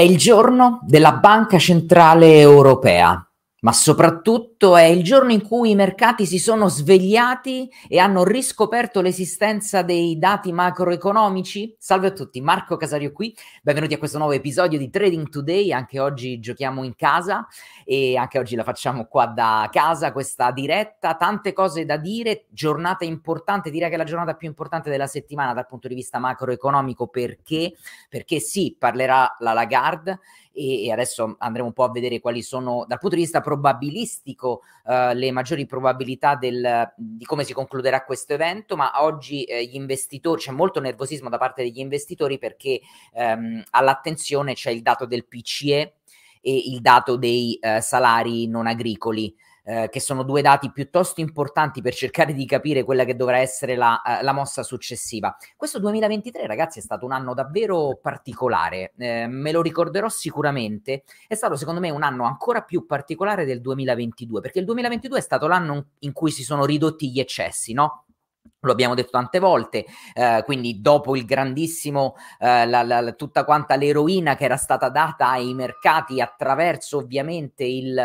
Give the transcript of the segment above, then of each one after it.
il giorno della Banca Centrale Europea, ma soprattutto è il giorno in cui i mercati si sono svegliati e hanno riscoperto l'esistenza dei dati macroeconomici. Salve a tutti, Marco Casario qui, benvenuti a questo nuovo episodio di Trading Today. Anche oggi giochiamo in casa e anche oggi la facciamo qua da casa, questa diretta, tante cose da dire, giornata importante, direi che è la giornata più importante della settimana dal punto di vista macroeconomico. Perché sì, parlerà la Lagarde e adesso andremo un po' a vedere quali sono dal punto di vista probabilistico le maggiori probabilità di come si concluderà questo evento, ma oggi gli investitori, c'è molto nervosismo da parte degli investitori perché all'attenzione c'è il dato del PCE e il dato dei salari non agricoli. Che sono due dati piuttosto importanti per cercare di capire quella che dovrà essere la mossa successiva. Questo 2023, ragazzi, è stato un anno davvero particolare, me lo ricorderò sicuramente. È stato secondo me un anno ancora più particolare del 2022, perché il 2022 è stato l'anno in cui si sono ridotti gli eccessi, no? Lo abbiamo detto tante volte, quindi dopo il grandissimo, tutta quanta l'eroina che era stata data ai mercati attraverso ovviamente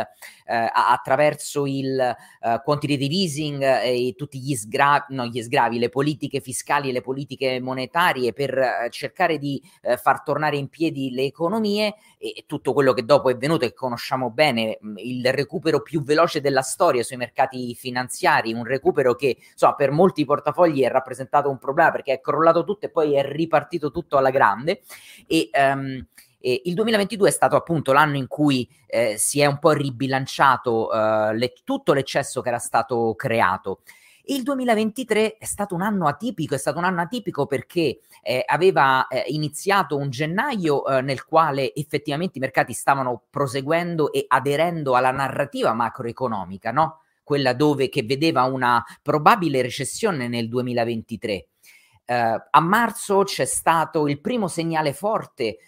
attraverso il quantitative easing e tutti gli sgravi, le politiche fiscali e le politiche monetarie per cercare di far tornare in piedi le economie e tutto quello che dopo è venuto e che conosciamo bene, il recupero più veloce della storia sui mercati finanziari, un recupero che insomma per molti portafogli è rappresentato un problema perché è crollato tutto e poi è ripartito tutto alla grande e il 2022 è stato appunto l'anno in cui si è un po' ribilanciato tutto l'eccesso che era stato creato. Il 2023 è stato un anno atipico perché aveva iniziato un gennaio nel quale effettivamente i mercati stavano proseguendo e aderendo alla narrativa macroeconomica, no? Quella che vedeva una probabile recessione nel 2023. A marzo c'è stato il primo segnale forte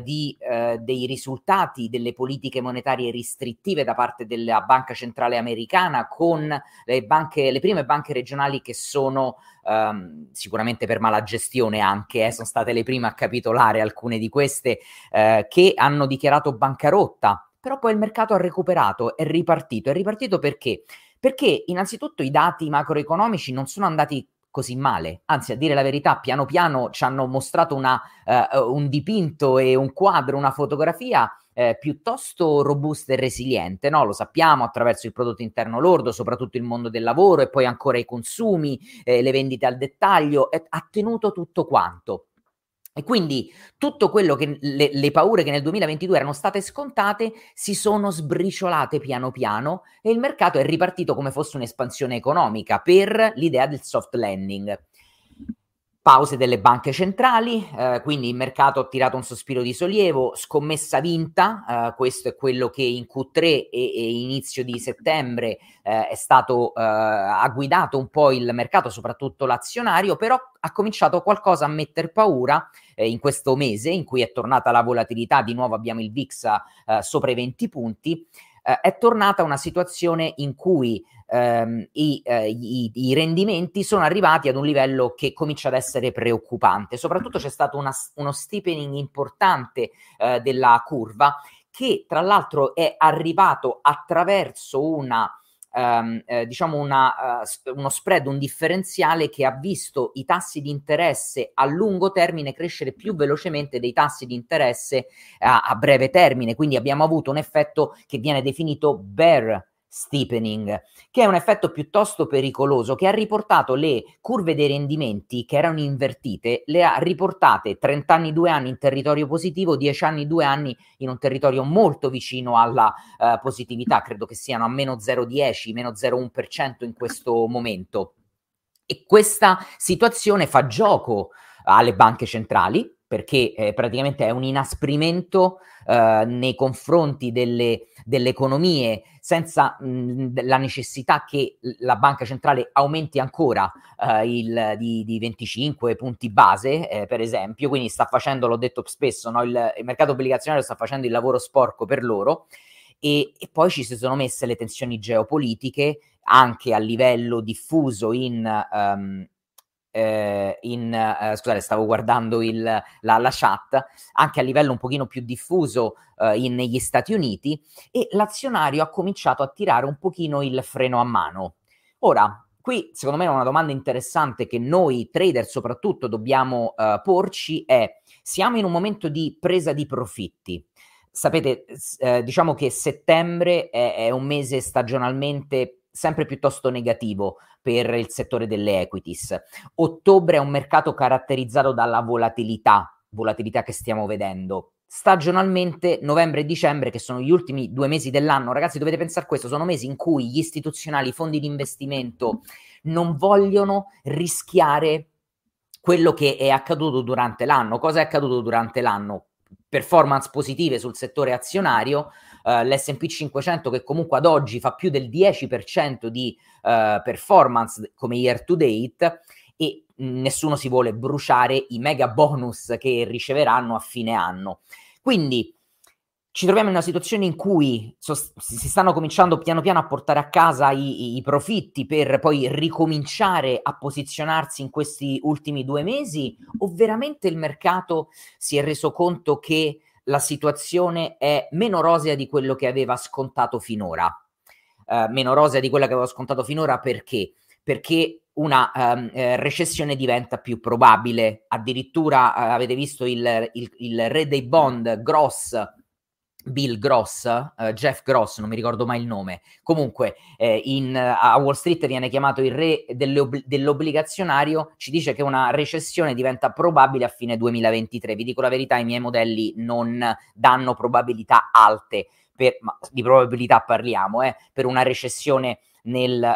dei risultati delle politiche monetarie restrittive da parte della Banca Centrale Americana, con le prime banche regionali che sono sicuramente per malagestione anche, sono state le prime a capitolare, alcune di queste che hanno dichiarato bancarotta. Però poi il mercato ha recuperato, è ripartito perché? Perché innanzitutto i dati macroeconomici non sono andati così male, anzi a dire la verità piano piano ci hanno mostrato un dipinto e un quadro, una fotografia piuttosto robusta e resiliente, no? Lo sappiamo attraverso il prodotto interno lordo, soprattutto il mondo del lavoro e poi ancora i consumi, le vendite al dettaglio, ha tenuto tutto quanto. E quindi tutto quello che le paure che nel 2022 erano state scontate si sono sbriciolate piano piano e il mercato è ripartito come fosse un'espansione economica per l'idea del soft landing. Pause delle banche centrali, quindi il mercato ha tirato un sospiro di sollievo, scommessa vinta, questo è quello che in Q3 e inizio di settembre ha guidato un po' il mercato, soprattutto l'azionario, però ha cominciato qualcosa a metter paura in questo mese in cui è tornata la volatilità, di nuovo abbiamo il VIX sopra i 20 punti, è tornata una situazione in cui i rendimenti sono arrivati ad un livello che comincia ad essere preoccupante. Soprattutto c'è stato uno steepening importante della curva che tra l'altro è arrivato attraverso uno spread, un differenziale che ha visto i tassi di interesse a lungo termine crescere più velocemente dei tassi di interesse a breve termine, quindi abbiamo avuto un effetto che viene definito bear steepening, che è un effetto piuttosto pericoloso, che ha riportato le curve dei rendimenti che erano invertite, le ha riportate 30 anni, 2 anni in territorio positivo, 10 anni, 2 anni in un territorio molto vicino alla positività, credo che siano a meno 0,10, meno 0,1% in questo momento. E questa situazione fa gioco alle banche centrali, perché praticamente è un inasprimento nei confronti delle economie senza la necessità che la banca centrale aumenti ancora di 25 punti base, per esempio, quindi sta facendo, l'ho detto spesso, no? Il mercato obbligazionario sta facendo il lavoro sporco per loro. E poi ci si sono messe le tensioni geopolitiche anche a livello diffuso scusate, stavo guardando la chat, anche a livello un pochino più diffuso negli Stati Uniti, e l'azionario ha cominciato a tirare un pochino il freno a mano. Ora, qui secondo me una domanda interessante che noi trader soprattutto dobbiamo porci è: siamo in un momento di presa di profitti. Sapete, diciamo che settembre è un mese stagionalmente sempre piuttosto negativo per il settore delle equities. Ottobre è un mercato caratterizzato dalla volatilità che stiamo vedendo. Stagionalmente novembre e dicembre, che sono gli ultimi 2 mesi dell'anno, ragazzi, dovete pensare a questo, sono mesi in cui gli istituzionali, i fondi di investimento non vogliono rischiare quello che è accaduto durante l'anno. Cosa è accaduto durante l'anno? Performance positive sul settore azionario, l'S&P 500 che comunque ad oggi fa più del 10% di performance come year to date, e nessuno si vuole bruciare i mega bonus che riceveranno a fine anno. Quindi ci troviamo in una situazione in cui si stanno cominciando piano piano a portare a casa i profitti per poi ricominciare a posizionarsi in questi ultimi 2 mesi, o veramente il mercato si è reso conto che la situazione è meno rosea di quello che aveva scontato finora? Meno rosea di quella che aveva scontato finora perché? Perché una recessione diventa più probabile. Addirittura avete visto il re dei bond Bill Gross, Jeff Gross, non mi ricordo mai il nome, comunque a Wall Street viene chiamato il re dell'obbligazionario, ci dice che una recessione diventa probabile a fine 2023. Vi dico la verità, i miei modelli non danno probabilità alte, ma di probabilità parliamo, per una recessione nel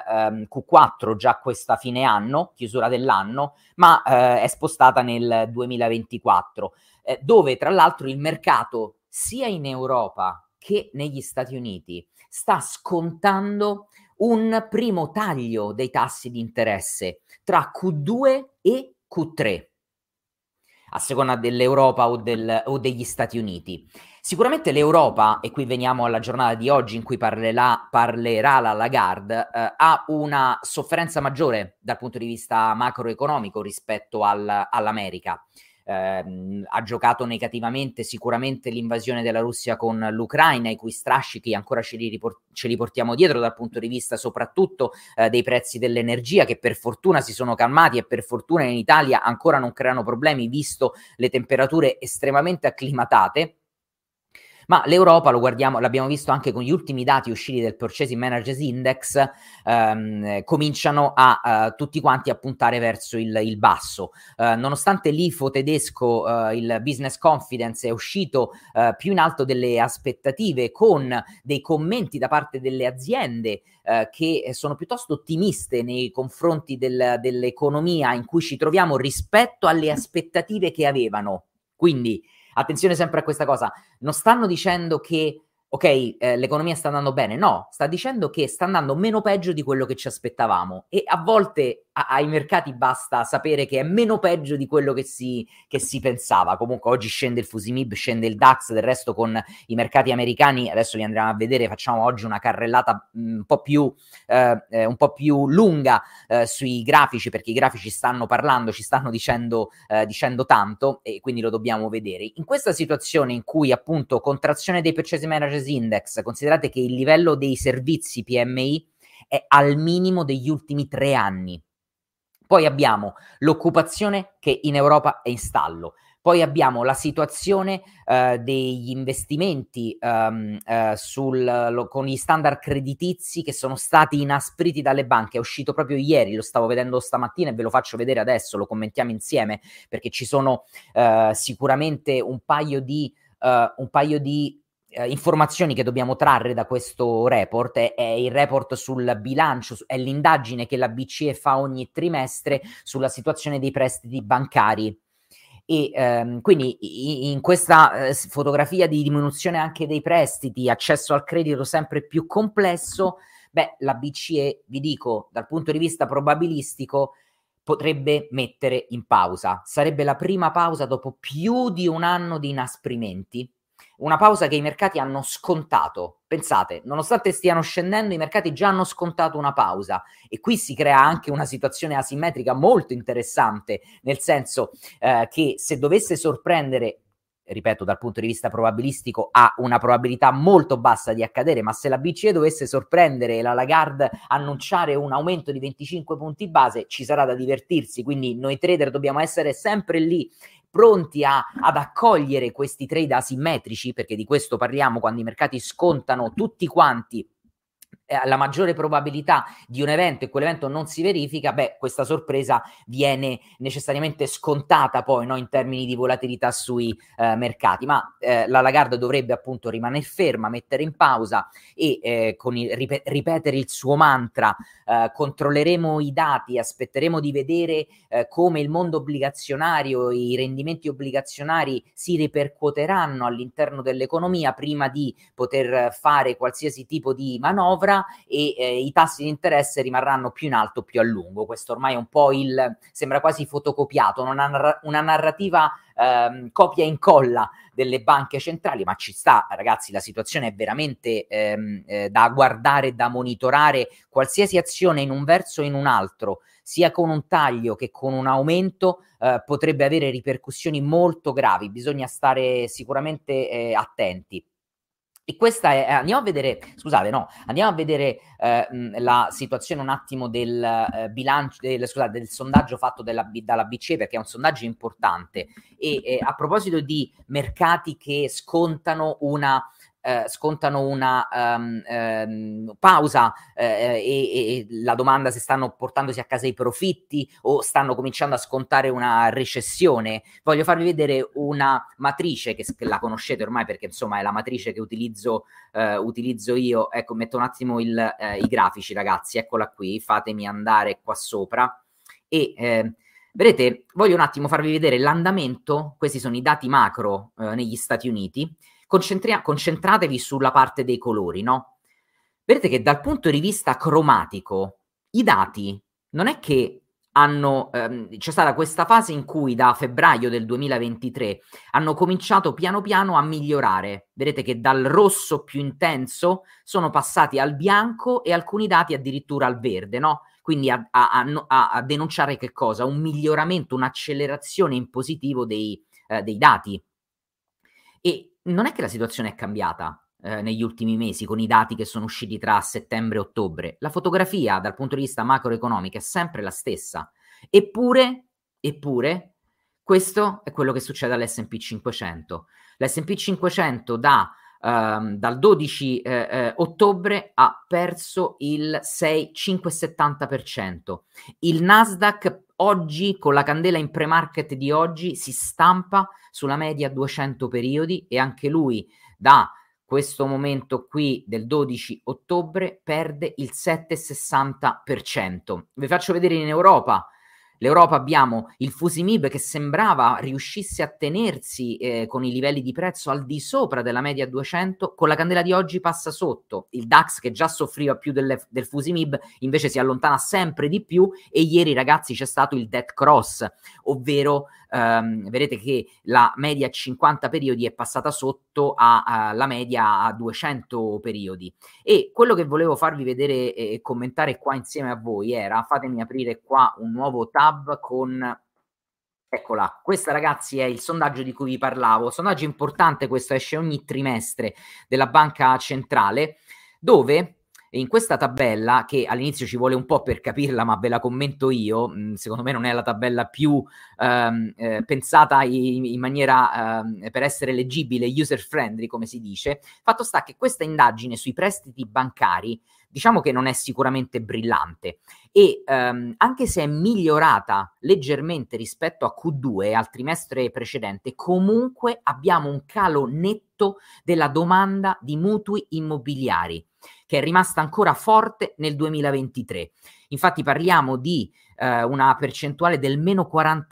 Q4 già questa fine anno, chiusura dell'anno, ma è spostata nel 2024, dove tra l'altro il mercato sia in Europa che negli Stati Uniti sta scontando un primo taglio dei tassi di interesse tra Q2 e Q3, a seconda dell'Europa o degli Stati Uniti. Sicuramente l'Europa, e qui veniamo alla giornata di oggi in cui parlerà la Lagarde, ha una sofferenza maggiore dal punto di vista macroeconomico rispetto all'America. Ha giocato negativamente sicuramente l'invasione della Russia con l'Ucraina, i cui strascichi ancora ce li portiamo dietro dal punto di vista soprattutto dei prezzi dell'energia, che per fortuna si sono calmati e per fortuna in Italia ancora non creano problemi visto le temperature estremamente acclimatate. Ma l'Europa, l'abbiamo visto anche con gli ultimi dati usciti del Purchasing Managers Index, cominciano a tutti quanti a puntare verso il basso. Nonostante l'IFO tedesco, il Business Confidence, è uscito più in alto delle aspettative, con dei commenti da parte delle aziende che sono piuttosto ottimiste nei confronti dell'economia in cui ci troviamo rispetto alle aspettative che avevano. Quindi attenzione sempre a questa cosa, non stanno dicendo che l'economia sta andando bene, no, sta dicendo che sta andando meno peggio di quello che ci aspettavamo, e a volte ai mercati basta sapere che è meno peggio di quello che si pensava. Comunque oggi scende il Fusimib, scende il DAX, del resto con i mercati americani, adesso li andremo a vedere, facciamo oggi una carrellata un po' più lunga sui grafici, perché i grafici stanno parlando, ci stanno dicendo tanto, e quindi lo dobbiamo vedere. In questa situazione in cui appunto contrazione dei Purchasing Managers Index, considerate che il livello dei servizi PMI è al minimo degli ultimi 3 anni. Poi abbiamo l'occupazione che in Europa è in stallo. Poi abbiamo la situazione degli investimenti con gli standard creditizi che sono stati inaspriti dalle banche. È uscito proprio ieri, lo stavo vedendo stamattina e ve lo faccio vedere adesso, lo commentiamo insieme, perché ci sono sicuramente un paio di informazioni che dobbiamo trarre da questo report. È il report sul bilancio, è l'indagine che la BCE fa ogni trimestre sulla situazione dei prestiti bancari, e quindi in questa fotografia di diminuzione anche dei prestiti, accesso al credito sempre più complesso, la BCE, vi dico, dal punto di vista probabilistico potrebbe mettere in pausa. Sarebbe la prima pausa dopo più di un anno di inasprimenti, una pausa che i mercati hanno scontato. Pensate, nonostante stiano scendendo, i mercati già hanno scontato una pausa, e qui si crea anche una situazione asimmetrica molto interessante, nel senso che se dovesse sorprendere, ripeto, dal punto di vista probabilistico ha una probabilità molto bassa di accadere, ma se la BCE dovesse sorprendere e la Lagarde annunciare un aumento di 25 punti base, ci sarà da divertirsi, quindi noi trader dobbiamo essere sempre lì pronti ad accogliere questi trade asimmetrici, perché di questo parliamo quando i mercati scontano tutti quanti la maggiore probabilità di un evento e quell'evento non si verifica, beh, questa sorpresa viene necessariamente scontata poi, no, in termini di volatilità sui mercati, ma la Lagarde dovrebbe appunto rimanere ferma, mettere in pausa e ripetere il suo mantra, controlleremo i dati, aspetteremo di vedere come il mondo obbligazionario, i rendimenti obbligazionari si ripercuoteranno all'interno dell'economia prima di poter fare qualsiasi tipo di manovra, e i tassi di interesse rimarranno più in alto più a lungo. Questo ormai è un po' sembra quasi fotocopiato, una narrativa copia e incolla delle banche centrali, ma ci sta, ragazzi, la situazione è veramente da guardare, da monitorare. Qualsiasi azione in un verso o in un altro, sia con un taglio che con un aumento, potrebbe avere ripercussioni molto gravi, bisogna stare sicuramente attenti. E questa è, andiamo a vedere, scusate, no, andiamo a vedere la situazione un attimo del bilancio, del sondaggio fatto dalla BCE, perché è un sondaggio importante. E a proposito di mercati che scontano una pausa e la domanda se stanno portandosi a casa i profitti o stanno cominciando a scontare una recessione, voglio farvi vedere una matrice che la conoscete ormai, perché insomma è la matrice che utilizzo io. Ecco, metto un attimo i grafici, ragazzi, eccola qui, fatemi andare qua sopra e vedete, voglio un attimo farvi vedere l'andamento. Questi sono i dati macro negli Stati Uniti. Concentratevi sulla parte dei colori, no? Vedete che dal punto di vista cromatico i dati non è che c'è stata questa fase in cui da febbraio del 2023 hanno cominciato piano piano a migliorare. Vedete che dal rosso più intenso sono passati al bianco e alcuni dati addirittura al verde, no? Quindi a denunciare che cosa? Un miglioramento, un'accelerazione in positivo dei dati. E non è che la situazione è cambiata negli ultimi mesi con i dati che sono usciti tra settembre e ottobre. La fotografia dal punto di vista macroeconomico è sempre la stessa. Eppure, questo è quello che succede all'S&P 500. L'S&P 500 dal 12 ottobre ha perso il 5,70%. Il Nasdaq oggi, con la candela in pre-market di oggi, si stampa sulla media 200 periodi e anche lui da questo momento qui del 12 ottobre perde il 7,60%. Vi faccio vedere in Europa. L'Europa abbiamo il Fusimib che sembrava riuscisse a tenersi con i livelli di prezzo al di sopra della media 200, con la candela di oggi passa sotto. Il DAX, che già soffriva più del Fusimib, invece si allontana sempre di più, e ieri, ragazzi, c'è stato il dead cross, ovvero vedete che la media 50 periodi è passata sotto alla media a 200 periodi. E quello che volevo farvi vedere e commentare qua insieme a voi era, fatemi aprire qua un nuovo tab con, eccola, questa, ragazzi, è il sondaggio di cui vi parlavo, sondaggio importante, questo esce ogni trimestre della Banca Centrale, dove in questa tabella, che all'inizio ci vuole un po' per capirla, ma ve la commento io, secondo me non è la tabella più pensata in maniera per essere leggibile, user friendly, come si dice. Fatto sta che questa indagine sui prestiti bancari, diciamo che non è sicuramente brillante, e anche se è migliorata leggermente rispetto a Q2, al trimestre precedente, comunque abbiamo un calo netto della domanda di mutui immobiliari, che è rimasta ancora forte nel 2023. Infatti parliamo di una percentuale del meno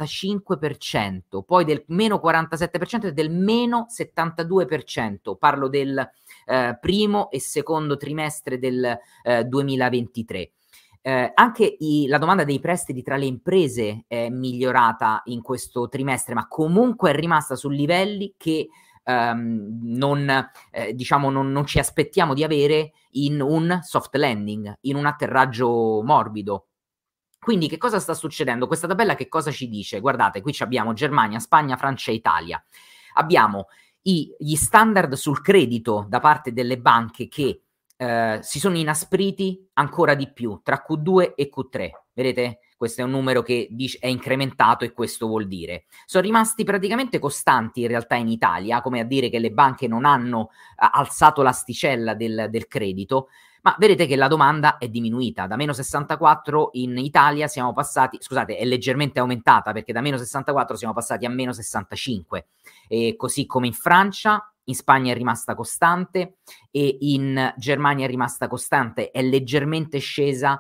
45%, poi del meno 47% e del meno 72%. Parlo del primo e secondo trimestre del 2023. Anche la domanda dei prestiti tra le imprese è migliorata in questo trimestre, ma comunque è rimasta su livelli che diciamo non ci aspettiamo di avere in un soft landing, in un atterraggio morbido. Quindi che cosa sta succedendo? Questa tabella che cosa ci dice? Guardate, qui abbiamo Germania, Spagna, Francia e Italia. Abbiamo gli standard sul credito da parte delle banche che si sono inaspriti ancora di più tra Q2 e Q3. Vedete? Questo è un numero che è incrementato e questo vuol dire sono rimasti praticamente costanti in realtà in Italia, come a dire che le banche non hanno alzato l'asticella del credito, ma vedete che la domanda è diminuita. Da meno 64 in Italia siamo passati, scusate, è leggermente aumentata perché da meno 64 siamo passati a meno 65, e così come in Francia. In Spagna è rimasta costante e in Germania è rimasta costante, è leggermente scesa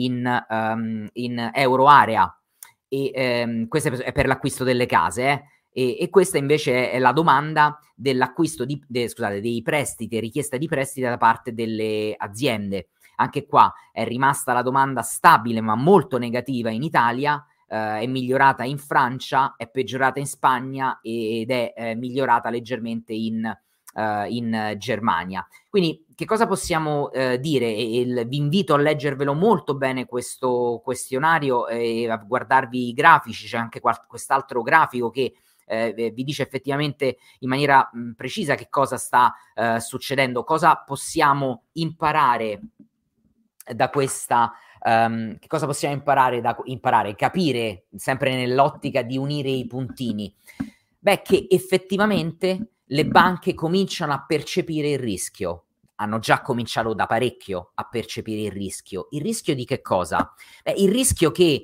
in euro area, e questo è per l'acquisto delle case, e questa invece è la domanda dell'acquisto dei prestiti, richiesta di prestiti da parte delle aziende. Anche qua è rimasta la domanda stabile ma molto negativa in Italia, è migliorata in Francia, è peggiorata in Spagna ed è migliorata leggermente in Germania. Quindi che cosa possiamo dire? Vi invito a leggervelo molto bene questo questionario e a guardarvi i grafici. C'è anche quest'altro grafico che vi dice effettivamente in maniera precisa che cosa sta succedendo, cosa possiamo imparare da questa che cosa possiamo imparare, capire sempre nell'ottica di unire i puntini. Beh, che effettivamente le banche cominciano a percepire il rischio. Hanno già cominciato da parecchio a percepire il rischio. Il rischio di che cosa? Il rischio che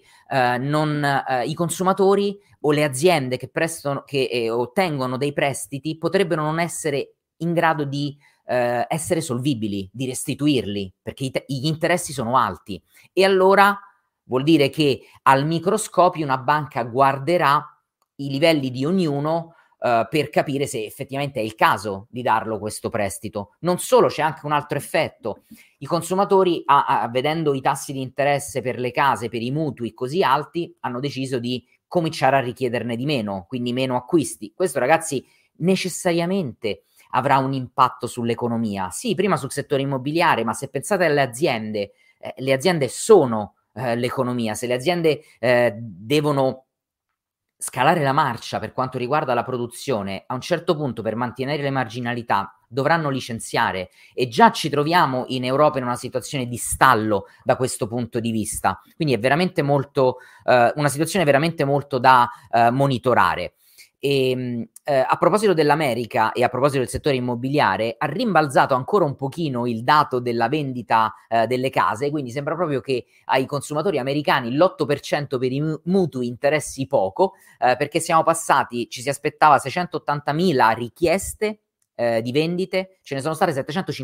i consumatori o le aziende che ottengono dei prestiti potrebbero non essere in grado di essere solvibili, di restituirli, perché gli interessi sono alti. E allora vuol dire che al microscopio una banca guarderà i livelli di ognuno per capire se effettivamente è il caso di darlo questo prestito. Non solo, c'è anche un altro effetto. I consumatori, vedendo i tassi di interesse per le case, per i mutui così alti, hanno deciso di cominciare a richiederne di meno, quindi meno acquisti. Questo, ragazzi, necessariamente avrà un impatto sull'economia. Sì, prima sul settore immobiliare, ma se pensate alle aziende, le aziende sono l'economia. Se le aziende devono scalare la marcia per quanto riguarda la produzione, a un certo punto per mantenere le marginalità dovranno licenziare, e già ci troviamo in Europa in una situazione di stallo da questo punto di vista. Quindi è veramente molto una situazione veramente molto da monitorare. E a proposito dell'America e a proposito del settore immobiliare, ha rimbalzato ancora un pochino il dato della vendita delle case, quindi sembra proprio che ai consumatori americani l'8% per i mutui interessi poco, perché siamo passati, ci si aspettava 680.000 richieste di vendite, ce ne sono state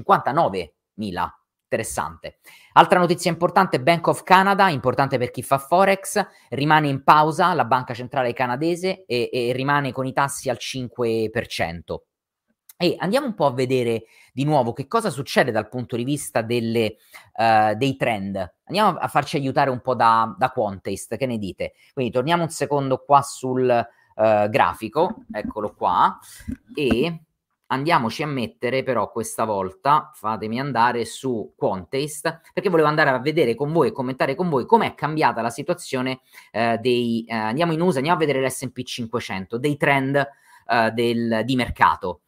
759.000. Interessante. Altra notizia importante: Bank of Canada, importante per chi fa Forex, rimane in pausa, la banca centrale canadese, e rimane con i tassi al 5%. E andiamo un po' a vedere di nuovo che cosa succede dal punto di vista dei trend. Andiamo a farci aiutare un po' da Quantest, che ne dite? Quindi torniamo un secondo qua sul grafico, eccolo qua, e andiamoci a mettere però questa volta, fatemi andare su Quantest, perché volevo andare a vedere con voi e commentare con voi com'è cambiata la situazione andiamo in USA, andiamo a vedere l'S&P 500, dei trend di mercato.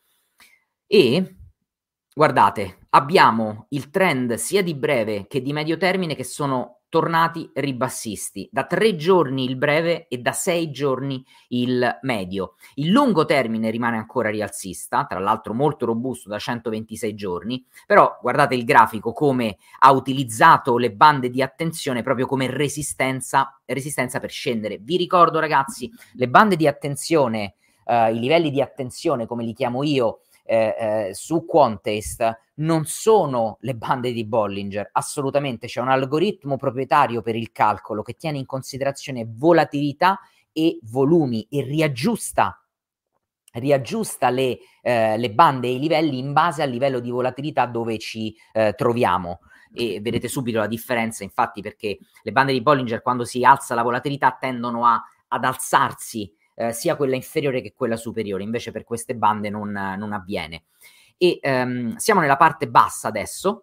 E guardate, abbiamo il trend sia di breve che di medio termine che sono tornati ribassisti, da 3 giorni il breve e da 6 giorni il medio. Il lungo termine rimane ancora rialzista, tra l'altro molto robusto da 126 giorni, però guardate il grafico come ha utilizzato le bande di attenzione proprio come resistenza per scendere. Vi ricordo, ragazzi, le bande di attenzione, i livelli di attenzione come li chiamo io, su Quantest non sono le bande di Bollinger, assolutamente. C'è un algoritmo proprietario per il calcolo che tiene in considerazione volatilità e volumi e riaggiusta le bande e i livelli in base al livello di volatilità dove ci troviamo. E vedete subito la differenza, infatti, perché le bande di Bollinger, quando si alza la volatilità, tendono ad alzarsi sia quella inferiore che quella superiore, invece per queste bande non avviene. E siamo nella parte bassa adesso,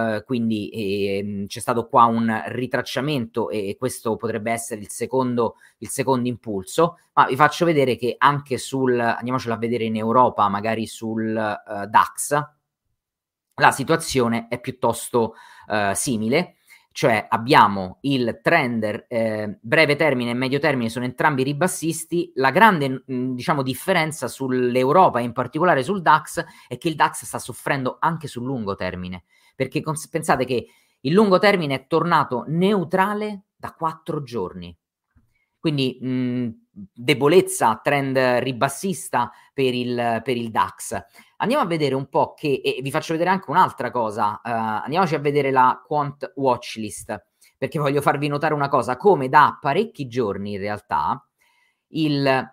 quindi c'è stato qua un ritracciamento e questo potrebbe essere il secondo impulso, ma vi faccio vedere che anche andiamocelo a vedere in Europa, magari sul DAX, la situazione è piuttosto simile, cioè abbiamo il trend breve termine e medio termine sono entrambi ribassisti. La grande diciamo differenza sull'Europa e in particolare sul DAX è che il DAX sta soffrendo anche sul lungo termine, perché pensate che il lungo termine è tornato neutrale da 4 giorni. Quindi debolezza, trend ribassista per il DAX. Andiamo a vedere un po' e vi faccio vedere anche un'altra cosa. Andiamoci a vedere la Quant Watchlist, perché voglio farvi notare una cosa, come da parecchi giorni in realtà il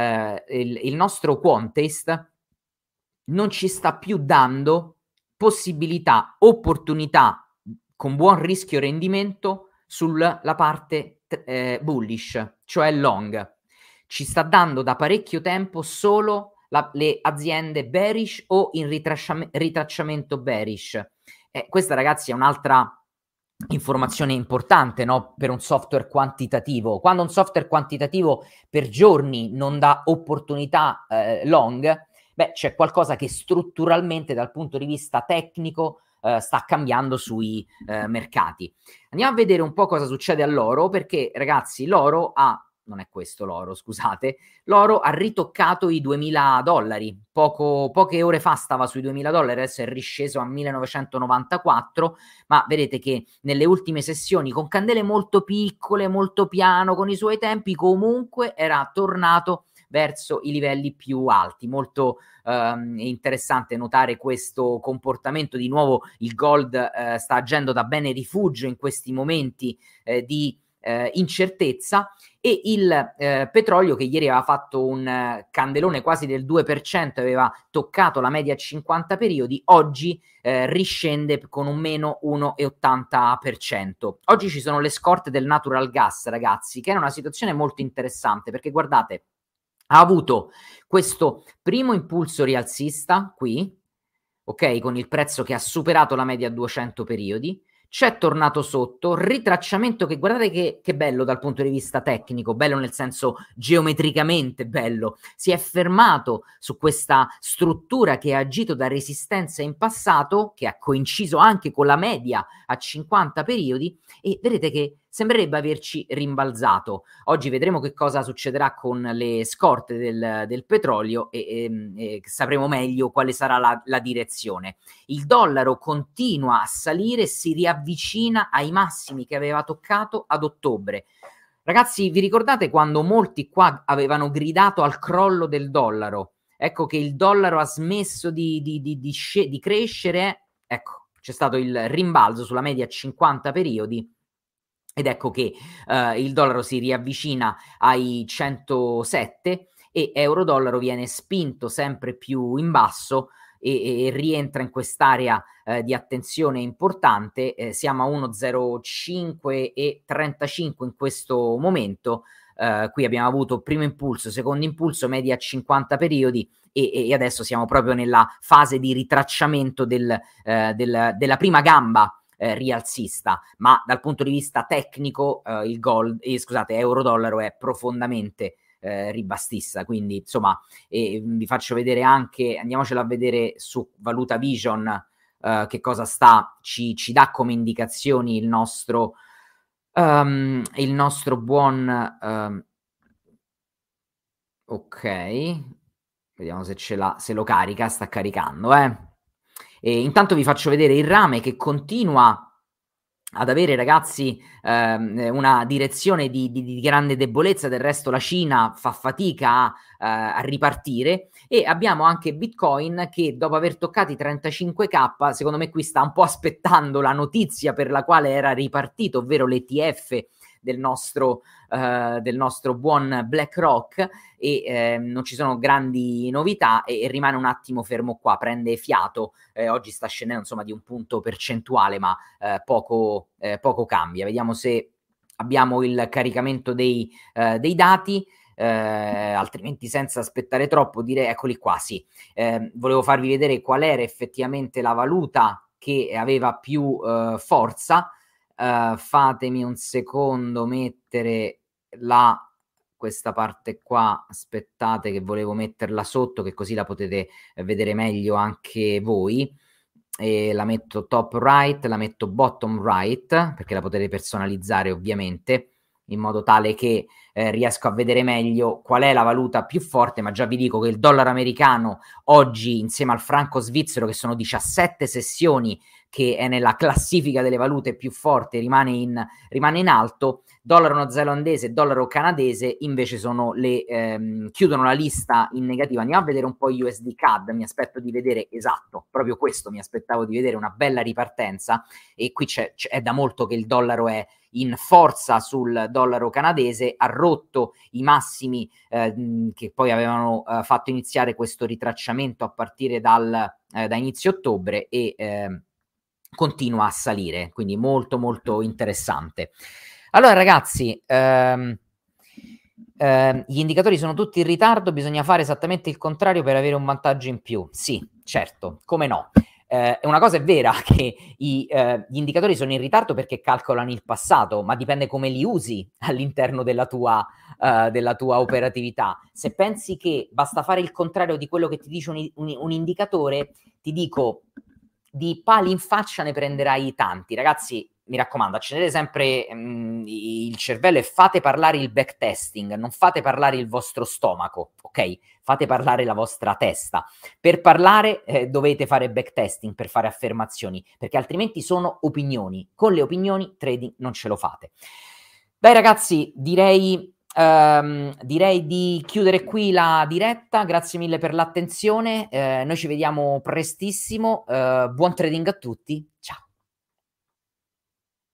nostro Quantest non ci sta più dando possibilità, opportunità con buon rischio rendimento sulla parte bullish, cioè long. Ci sta dando da parecchio tempo solo le aziende bearish o in ritracciamento bearish. Questa, ragazzi, è un'altra informazione importante, no? Per un software quantitativo. Quando un software quantitativo per giorni non dà opportunità long, beh, c'è qualcosa che strutturalmente dal punto di vista tecnico sta cambiando sui mercati. Andiamo a vedere un po' cosa succede all'oro, perché ragazzi l'oro non è questo l'oro, scusate, l'oro ha ritoccato i $2000, poche ore fa stava sui $2000, adesso è risceso a 1994, ma vedete che nelle ultime sessioni con candele molto piccole, molto piano, con i suoi tempi, comunque era tornato verso i livelli più alti. Molto interessante notare questo comportamento. Di nuovo il gold sta agendo da bene rifugio in questi momenti di incertezza, e il petrolio, che ieri aveva fatto un candelone quasi del 2%, aveva toccato la media 50 periodi, oggi riscende con un meno 1,80%. Oggi ci sono le scorte del natural gas, ragazzi, che è una situazione molto interessante, perché guardate, ha avuto questo primo impulso rialzista qui, ok, con il prezzo che ha superato la media 200 periodi, c'è tornato sotto, ritracciamento che guardate che bello dal punto di vista tecnico, bello nel senso geometricamente bello, si è fermato su questa struttura che ha agito da resistenza in passato, che ha coinciso anche con la media a 50 periodi, e vedete che sembrerebbe averci rimbalzato. Oggi vedremo che cosa succederà con le scorte del petrolio e sapremo meglio quale sarà la direzione. Il dollaro continua a salire, si riavvicina ai massimi che aveva toccato ad ottobre. Ragazzi, vi ricordate quando molti qua avevano gridato al crollo del dollaro? Ecco che il dollaro ha smesso di crescere. Ecco, c'è stato il rimbalzo sulla media 50 periodi. Ed ecco che il dollaro si riavvicina ai 107 e euro-dollaro viene spinto sempre più in basso e rientra in quest'area di attenzione importante. Siamo a 1,05 in questo momento. Qui abbiamo avuto primo impulso, secondo impulso, media a 50 periodi e adesso siamo proprio nella fase di ritracciamento della prima gamba rialzista, ma dal punto di vista tecnico euro-dollaro è profondamente ribassista, quindi insomma vi faccio vedere anche, andiamocelo a vedere su Valuta Vision che cosa ci dà come indicazioni il nostro buon ok, vediamo se lo carica, sta caricando E intanto vi faccio vedere il rame che continua ad avere, ragazzi, una direzione di grande debolezza. Del resto la Cina fa fatica a ripartire, e abbiamo anche Bitcoin che dopo aver toccato i 35k, secondo me qui sta un po' aspettando la notizia per la quale era ripartito, ovvero l'ETF del nostro buon BlackRock, e non ci sono grandi novità e rimane un attimo fermo qua, prende fiato. Oggi sta scendendo insomma di un punto percentuale, ma poco cambia. Vediamo se abbiamo il caricamento dei dati. altrimenti senza aspettare troppo direi eccoli qua, sì. Volevo farvi vedere qual era effettivamente la valuta che aveva più forza. Fatemi un secondo mettere questa parte qua, aspettate che volevo metterla sotto, che così la potete vedere meglio anche voi. E la metto top right, la metto bottom right, perché la potete personalizzare ovviamente, in modo tale che riesco a vedere meglio qual è la valuta più forte, ma già vi dico che il dollaro americano oggi, insieme al franco svizzero, che sono 17 sessioni che è nella classifica delle valute più forti, rimane in alto. Dollaro neozelandese e dollaro canadese invece sono chiudono la lista in negativa. Andiamo a vedere un po' USD CAD, mi aspetto di vedere, esatto, proprio questo mi aspettavo di vedere, una bella ripartenza, e qui è da molto che il dollaro è in forza sul dollaro canadese, ha rotto i massimi che poi avevano fatto iniziare questo ritracciamento a partire da inizio ottobre, e continua a salire, quindi molto molto interessante. Allora ragazzi, gli indicatori sono tutti in ritardo, bisogna fare esattamente il contrario per avere un vantaggio in più. Sì, certo, come no. Una cosa è vera, che gli indicatori sono in ritardo perché calcolano il passato, ma dipende come li usi all'interno della tua operatività. Se pensi che basta fare il contrario di quello che ti dice un indicatore, ti dico, di pali in faccia ne prenderai tanti. Ragazzi, mi raccomando, accendete sempre il cervello e fate parlare il backtesting, non fate parlare il vostro stomaco, ok? Fate parlare la vostra testa. Per parlare dovete fare backtesting, per fare affermazioni, perché altrimenti sono opinioni. Con le opinioni trading non ce lo fate. Dai ragazzi, direi di chiudere qui la diretta. Grazie mille per l'attenzione, noi ci vediamo prestissimo, buon trading a tutti, ciao.